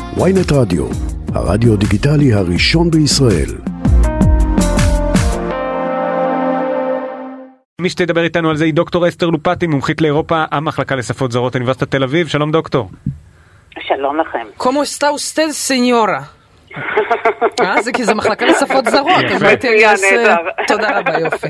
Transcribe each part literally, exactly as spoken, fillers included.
וויינט רדיו, הרדיו דיגיטלי הראשון בישראל. מי שתדבר איתנו על זה היא דוקטור אסתר לופטי, מומחית לאירופה, המחלקה לשפות זרות, אוניברסיטת תל אביב. שלום דוקטור. שלום לכם. כמו está usted, señora? אה, זה כי זה מחלקה לשפות זרות. נהדר. תודה רבה, יופי.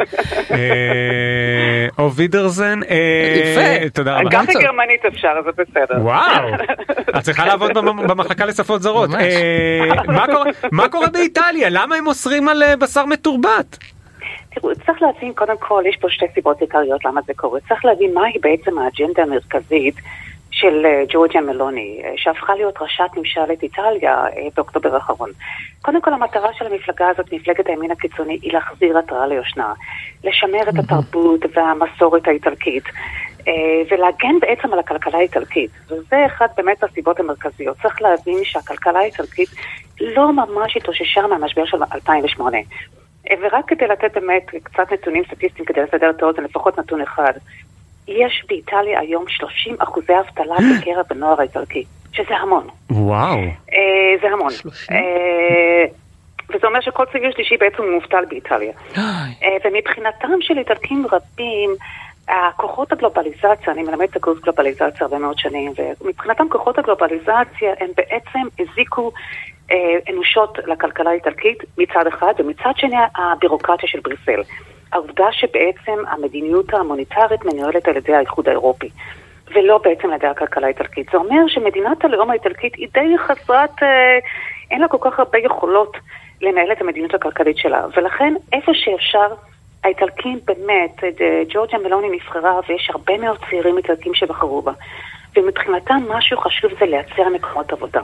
או וידרזן. יפה. תודה רבה. גם בגרמנית אפשר, זה בסדר. וואו. את צריכה לעבוד במחלקה לשפות זרות. מה קורה באיטליה? למה הם אוסרים על בשר מתורבת? תראו, צריך להבין, קודם כל, יש פה שתי סיבות עיקריות למה זה קורה. צריך להבין מהי בעצם האג'נדה המרכזית של ג'ורג'יה מלוני, שהפכה להיות ראשת ממשלת איטליה באוקטובר האחרון. קודם כל, המטרה של המפלגה הזאת, מפלגת הימין הקיצוני, היא להחזיר עטרה ליושנה, לשמר את התרבות והמסורת האיטלקית, ולהגן בעצם על הכלכלה האיטלקית. וזה אחד באמת הסיבות המרכזיות. צריך להבין שהכלכלה האיטלקית לא ממש התאוששה מהמשבר של אלפיים ושמונה. ורק כדי לתת באמת קצת נתונים סטטיסטיים כדי לסדר את האוזן, לפחות נתון אחד. יש באיטליה היום שלושים אחוזי אבטלה בקרב הנוער האיטלקי, שזה המון. וואו. זה המון. וזה אומר שכל צעיר שלישי בעצם מובטל באיטליה. ומבחינתם של איטלקים רבים, הכוחות הגלובליזציה, אני מלמד את הקורס גלובליזציה הרבה מאוד שנים, ומבחינתם כוחות הגלובליזציה הם בעצם הזיקו אנושות לכלכלה האיטלקית מצד אחד, ומצד שני הבירוקרטיה של בריסל. העובדה שבעצם המדיניות המוניטרית מנוהלת על ידי האיחוד האירופי, ולא בעצם על ידי הכלכלה האיטלקית. זה אומר שמדינת הלאום האיטלקית היא די חסרת, אין לה כל כך הרבה יכולות לנהל את המדיניות הכלכלית שלה, ולכן איפה שאפשר, האיטלקים באמת, ג'ורג'יה מלוני נבחרה, ויש הרבה מאוד צעירים איטלקים שבחרו בה, ומבחינתם משהו חשוב זה לייצר מקומות עבודה.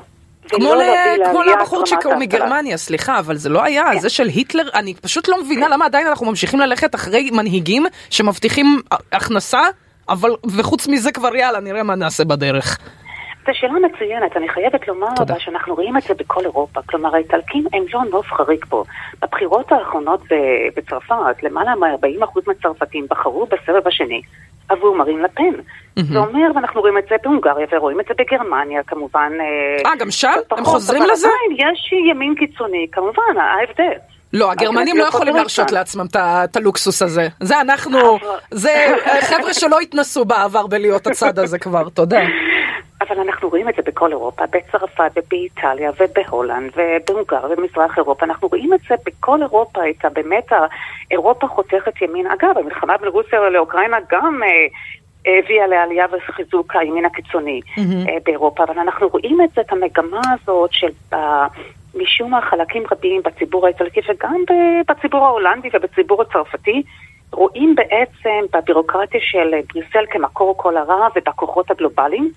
כמו לבחורצ'יק מגרמניה, סליחה, אבל זה לא היה, זה של היטלר, אני פשוט לא מבינה למה עדיין אנחנו ממשיכים ללכת אחרי מנהיגים שמבטיחים הכנסה, אבל וחוץ מזה כבר יאללה, נראה מה נעשה בדרך. זו שאלה מצוינת, אני חייבת לומר שאנחנו רואים את זה בכל אירופה, כלומר האיטלקים הם לא נוף חריג פה. בבחירות האחרונות בצרפת, למעלה מ-ארבעים אחוז מהצרפתים בחרו בסבב השני עבור מרין לפן. זה אומר, ואנחנו רואים את זה בהונגריה, ורואים את זה בגרמניה, כמובן. אה, גם שם? הם חוזרים לזה? יש ימין קיצוני, כמובן, ההבדל. לא, הגרמנים לא יכולים להרשות לעצמם את הלוקסוס הזה. זה אנחנו, זה חבר'ה שלא התנסו בעבר בלהיות הצד הזה כבר, תודה. אבל אנחנו רואים את זה בכל אירופה, בצרפת ובאיטליה ובהולנד ובהונגריה ובמזרח אירופה. אנחנו רואים את זה בכל אירופה, את באמת אירופה חותכת ימין. אגב, המלחמה בין רוסיה לאוקראינה גם הביאה לעלייה וחיזוק הימין הקיצוני באירופה, אבל אנחנו רואים את זה, את המגמה הזאת של משום החלקים רבים בציבור האיטלקי וגם בציבור ההולנדי ובציבור הצרפתי, רואים בעצם בבירוקרטיה של בריסל כמקור כל הרע ובכוחות הגלובליים,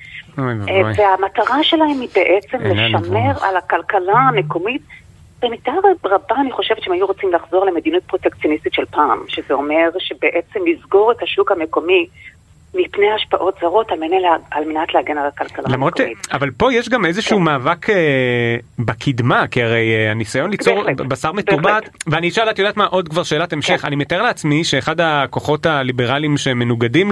והמטרה שלהם היא בעצם לשמר על הכלכלה המקומית. במידה רבה אני חושבת שהם היו רוצים לחזור למדינות פרוטקציוניסטית של פעם, שזה אומר שבעצם לסגור את השוק המקומי מפני השפעות זרות על מנת, על מנת להגן על הכלכלה המקומית. אבל פה יש גם איזשהו כן. מאבק אה, בקדמה, כי הרי אה, הניסיון ליצור בהחלט, בשר מתורבת, ואני אשאל, את יודעת מה, עוד כבר שאלת המשך, כן. אני מתאר לעצמי שאחד הכוחות הליברליים שמנוגדים ל,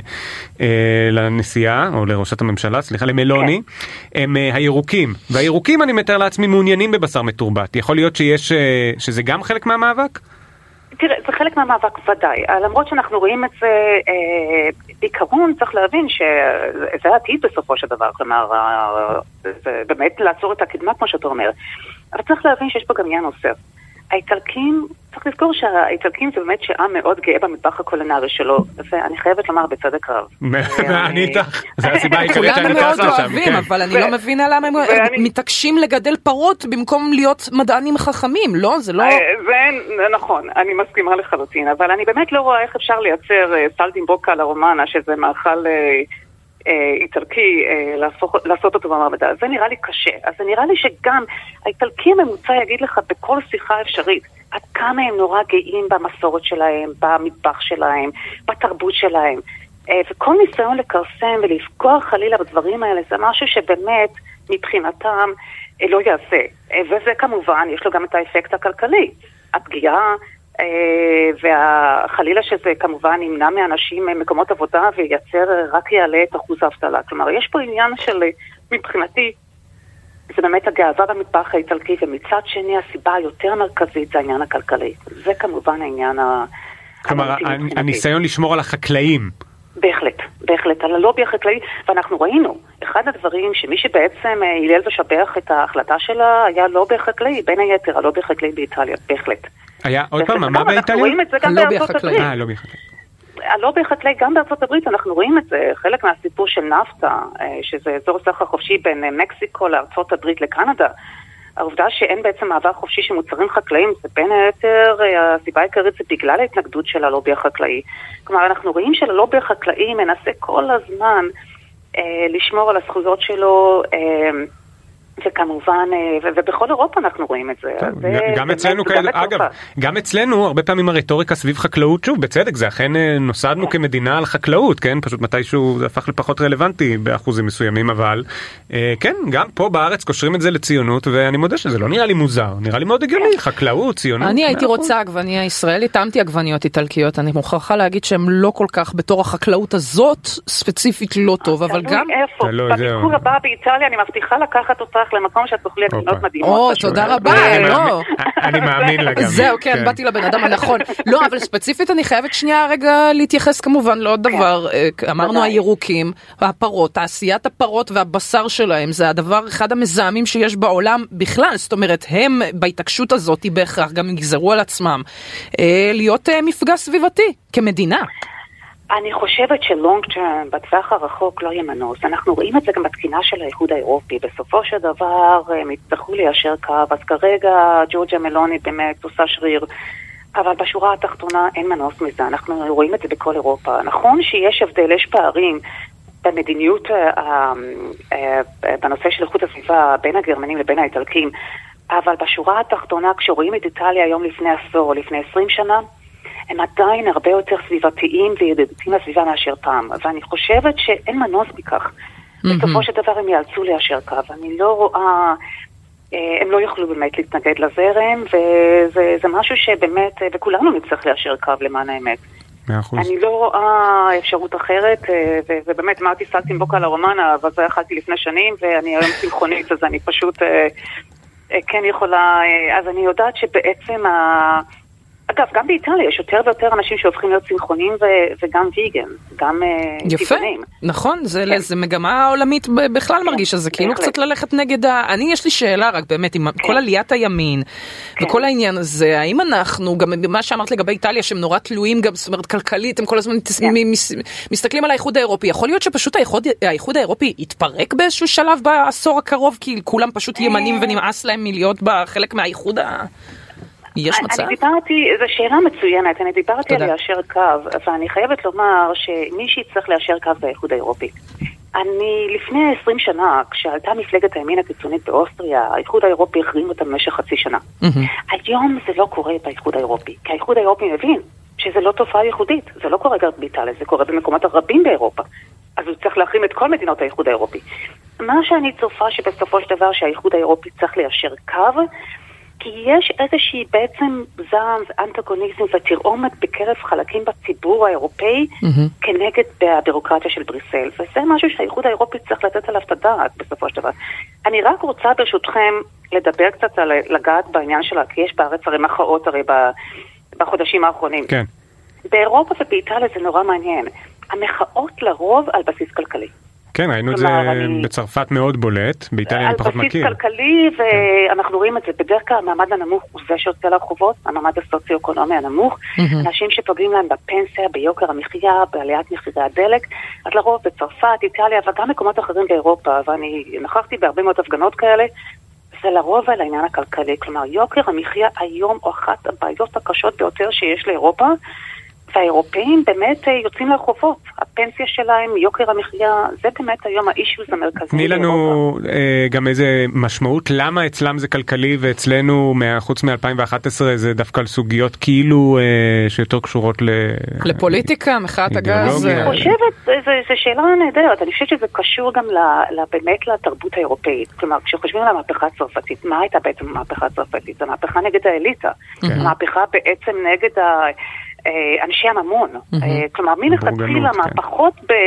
אה, לנשיאה, או לראשת הממשלה, סליחה, למלוני, כן. הם אה, הירוקים, והירוקים אני מתאר לעצמי מעוניינים בבשר מתורבת, יכול להיות שיש, אה, שזה גם חלק מהמאבק? תראה, זה חלק מהמאבק ודאי, למרות שאנחנו רואים את זה, אה, בעיקרון צריך להבין שזה העתיד בסופו של דבר, כלומר, אה, זה באמת לעצור את הקדמה כמו שאתה אומר, אבל צריך להבין שיש פה גם עניין נוסף. האיטלקים, צריך לזכור שהאיטלקים זה באמת שעם מאוד גאה במטבח הקולינרי שלו, ואני חייבת לומר בצדק רב. אני איתך, זה הסיבה העיקרית שאני טס לשם. כולנו מאוד אוהבים, אבל אני לא מבינה למה הם מתעקשים לגדל פרות במקום להיות מדענים חכמים, לא? זה לא... זה נכון, אני מסכימה לחלוטין, אבל אני באמת לא רואה איך אפשר לייצר סלטימבוקה לרומנה, שזה מאכל איטלקי, לעשות אותו במעבדה. זה נראה לי קשה. אז זה נראה לי שגם האיטלקי הממוצע יגיד לך בכל שיחה אפשרית, עד כמה הם נורא גאים במסורת שלהם, במטבח שלהם, בתרבות שלהם. וכל ניסיון לקרסם ולפגוע חלילה בדברים האלה, זה משהו שבאמת מבחינתם לא יעשה. וזה כמובן, יש לו גם את האפקט הכלכלי. הפגיעה, והחלילה שזה כמובן ימנע מאנשים מקומות עבודה וייצר רק יעלה את אחוז האבטלה. כלומר, יש פה עניין של מבחינתי זה באמת הגאווה במטבח האיטלקי, ומצד שני הסיבה היותר מרכזית זה העניין הכלכלי. זה כמובן העניין ה... כלומר, הניסיון לשמור על החקלאים. בהחלט, בהחלט, על הלובי החקלאי, ואנחנו ראינו, אחד הדברים שמי שבעצם הילל ושבח את ההחלטה שלה היה לובי החקלאי, בין היתר הלובי החקלאי באיטליה, בהחלט. היה עוד פעם, מה באיטליה? אנחנו רואים את זה גם בארצות הברית. אה, הלובי החקלאי. הלובי החקלאי גם בארצות הברית, אנחנו רואים את זה, חלק מהסיפור של נפטה, שזה אזור סחר חופשי בין מקסיקו לארצות הברית לקנדה, העובדה שאין בעצם מעבר חופשי של מוצרים חקלאיים, זה בין היתר, הסיבה העיקרית זה בגלל ההתנגדות של הלובי החקלאי. כלומר, אנחנו רואים שהלובי החקלאי מנסה כל הזמן אה, לשמור על הזכויות שלו, אה, וכמובן, ובכל אירופה אנחנו רואים את זה. גם אצלנו, אגב, גם אצלנו, הרבה פעמים הרטוריקה סביב חקלאות, שוב, בצדק, זה אכן נוסדנו כמדינה על חקלאות, כן? פשוט מתישהו זה הפך לפחות רלוונטי באחוזים מסוימים, אבל כן, גם פה בארץ קושרים את זה לציונות, ואני מודה שזה לא נראה לי מוזר, נראה לי מאוד הגיוני, חקלאות, ציונות. אני הייתי רוצה עגבניה ישראלית, טעמתי עגבניות איטלקיות, אני מוכרחה להגיד שהן לא כל כך בתור החקלאות הזאת, ספציפית לא טוב, אבל גם... בביקור הבא באיטליה, אני מבטיחה לקחת אותך למקום שאת תוכלי לקנות מדהימות. או, תודה רבה. אני מאמין לה גם. זהו, כן, באתי לבן אדם הנכון. לא, אבל ספציפית אני חייבת שנייה רגע להתייחס כמובן לעוד דבר. אמרנו הירוקים, הפרות, תעשיית הפרות והבשר שלהם, זה הדבר אחד המזהמים שיש בעולם בכלל. זאת אומרת, הם בהתעקשות הזאת בהכרח גם יגזרו על עצמם להיות מפגע סביבתי כמדינה. אני חושבת שלונג טרם, בטווח הרחוק, לא יהיה מנוס. אנחנו רואים את זה גם בתקינה של האיחוד האירופי. בסופו של דבר, הם יצטרכו ליישר קו, אז כרגע ג'ורג'ה מלוני באמת עושה שריר, אבל בשורה התחתונה אין מנוס מזה. אנחנו רואים את זה בכל אירופה. נכון שיש הבדל, יש פערים במדיניות, בנושא של איכות הסביבה, בין הגרמנים לבין האיטלקים, אבל בשורה התחתונה, כשרואים את איטליה היום לפני עשור או לפני עשרים שנה, הם עדיין הרבה יותר סביבתיים וידידותיים לסביבה מאשר פעם. ואני חושבת שאין מנוס מכך. בסופו של דבר הם יאלצו ליישר קו. אני לא רואה, הם לא יוכלו באמת להתנגד לזרם, וזה משהו שבאמת, וכולנו נצטרך ליישר קו למען האמת. אני לא רואה אפשרות אחרת, ובאמת אמרתי סלתי מבוקה לרומנה, אבל זה אכלתי לפני שנים, ואני היום צמחונית, אז אני פשוט כן יכולה, אז אני יודעת שבעצם ה... אגב, גם באיטליה יש יותר ויותר אנשים שהופכים להיות צמחונים ו- וגם ויגן, גם טבעונים. יפה, נכון, זה, כן. זה מגמה עולמית בכלל כן, מרגיש, אז זה כאילו קצת ללכת נגד ה... אני, יש לי שאלה רק באמת, עם כן. כל עליית הימין, כן. וכל העניין הזה, האם אנחנו, גם מה שאמרת לגבי איטליה, שהם נורא תלויים גם, זאת אומרת, כלכלית, הם כל הזמן כן. מס, מסתכלים על האיחוד האירופי, יכול להיות שפשוט האיחוד, האיחוד האירופי יתפרק באיזשהו שלב בעשור הקרוב, כי כולם פשוט ימנים ונמאס להם מלהיות בחלק מהאיחוד ה... יש מצב? אני דיברתי, זו שאלה מצוינת, אני דיברתי על ליישר קו, ואני חייבת לומר שמי שיצטרך ליישר קו זה האיחוד האירופי. אני לפני עשרים שנה, כשעלתה מפלגת הימין הקיצונית באוסטריה, האיחוד האירופי החרים אותה במשך חצי שנה. היום זה לא קורה באיחוד האירופי, כי האיחוד האירופי מבין שזה לא תופעה ייחודית, זה לא קורה גם באיטליה, זה קורה במקומות הרבים באירופה. אז הוא צריך להחרים את כל מדינות האיחוד האירופי. מה שאני צופה שבסופו של דבר שהאיחוד האירופי צריך ליישר קו, כי יש איזושהי בעצם זעם, אנטגוניזם ותרעומת בקרב חלקים בציבור האירופאי mm-hmm. כנגד הבירוקרטיה של בריסל. וזה משהו שהאיחוד האירופי צריך לתת עליו את הדעת בסופו של דבר. אני רק רוצה ברשותכם לדבר קצת על לגעת בעניין שלה, כי יש בארץ הרי מחאות הרי בחודשים האחרונים. כן. באירופה ובאיטליה זה נורא מעניין. המחאות לרוב על בסיס כלכלי. כן, ראינו את זה בצרפת מאוד בולט, באיטליה אני פחות מכיר. על בסיס כלכלי, ואנחנו רואים את זה בדרך כלל, המעמד הנמוך הוא זה שיוצא לרחובות, המעמד הסוציו-אקונומי הנמוך, אנשים שפוגעים להם בפנסיה, ביוקר המחיה, בעליית מחירי הדלק, אז לרוב בצרפת, איטליה, וגם מקומות אחרים באירופה, ואני נכחתי בהרבה מאוד הפגנות כאלה, זה לרוב על העניין הכלכלי, כלומר, יוקר המחיה היום הוא אחת הבעיות הקשות ביותר שיש לאירופה, והאירופאים באמת יוצאים לרחובות. הפנסיה שלהם, יוקר המחיה, זה באמת היום האישוז המרכזי. תני לנו אה, גם איזה משמעות, למה אצלם זה כלכלי ואצלנו, חוץ מ-אלפיים ואחת עשרה, זה דווקא על סוגיות כאילו אה, שיותר קשורות ל... לפוליטיקה, מחאת הגז. אני חושבת, זו שאלה נהדרת, אני חושבת שזה קשור גם באמת לתרבות האירופאית. כלומר, כשחושבים על המהפכה הצרפתית, מה הייתה בעצם המהפכה הצרפתית? זו מהפכה נגד האליטה. המהפכה בעצם נגד ה... אנשי הממון. כלומר, מי לכתחילה מהפכות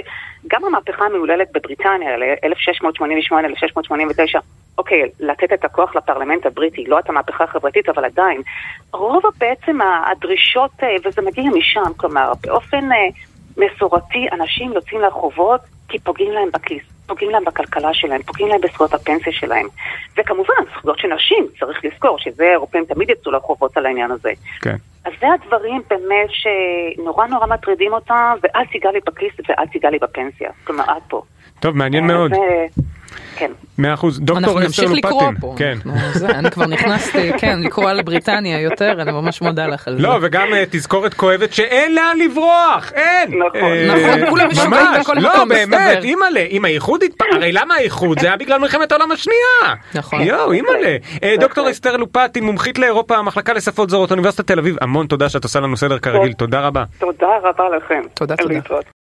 גם המהפכה המהוללת בבריטניה, אלף שש מאות שמונים ושמונה אלף שש מאות שמונים ותשע, אוקיי, לתת את הכוח לפרלמנט הבריטי, לא את המהפכה החברתית, אבל עדיין, רוב בעצם הדרישות, וזה מגיע משם, כלומר, באופן מסורתי, אנשים יוצאים לרחובות, כי פוגעים להם בכיס, פוגעים להם בכלכלה שלהם, פוגעים להם בזכויות הפנסיה שלהם. וכמובן, זכויות של נשים, צריך לזכור שזה אירופאים תמיד יצאו לרחובות על העניין הזה. כן. אז זה הדברים באמת שנורא נורא מטרידים אותם, ואל תיגע לי בכיס ואל תיגע לי בפנסיה. כלומר, עד פה. טוב, מעניין מאוד. כן. מאה אחוז. דוקטור אסתר לופטין. כן. אני כבר נכנסתי, כן, לקרוא על בריטניה יותר, אני ממש מודה לך על זה. לא, וגם תזכורת כואבת שאין לאן לברוח, אין. נכון, כולם משוגעים בכל מקום מסתבר. לא, באמת, אימאלה, אם האיחוד, הרי למה האיחוד? זה היה בגלל מלחמת העולם השנייה. נכון. יואו, אימאלה. דוקטור אסתר לופטין, מומחית לאירופה, המחלקה לשפות זרות, אוניברסיטת תל אביב. המון תודה שאת עושה לנו סדר כרגיל. תודה רבה. תודה רבה לכם. תודה, תודה.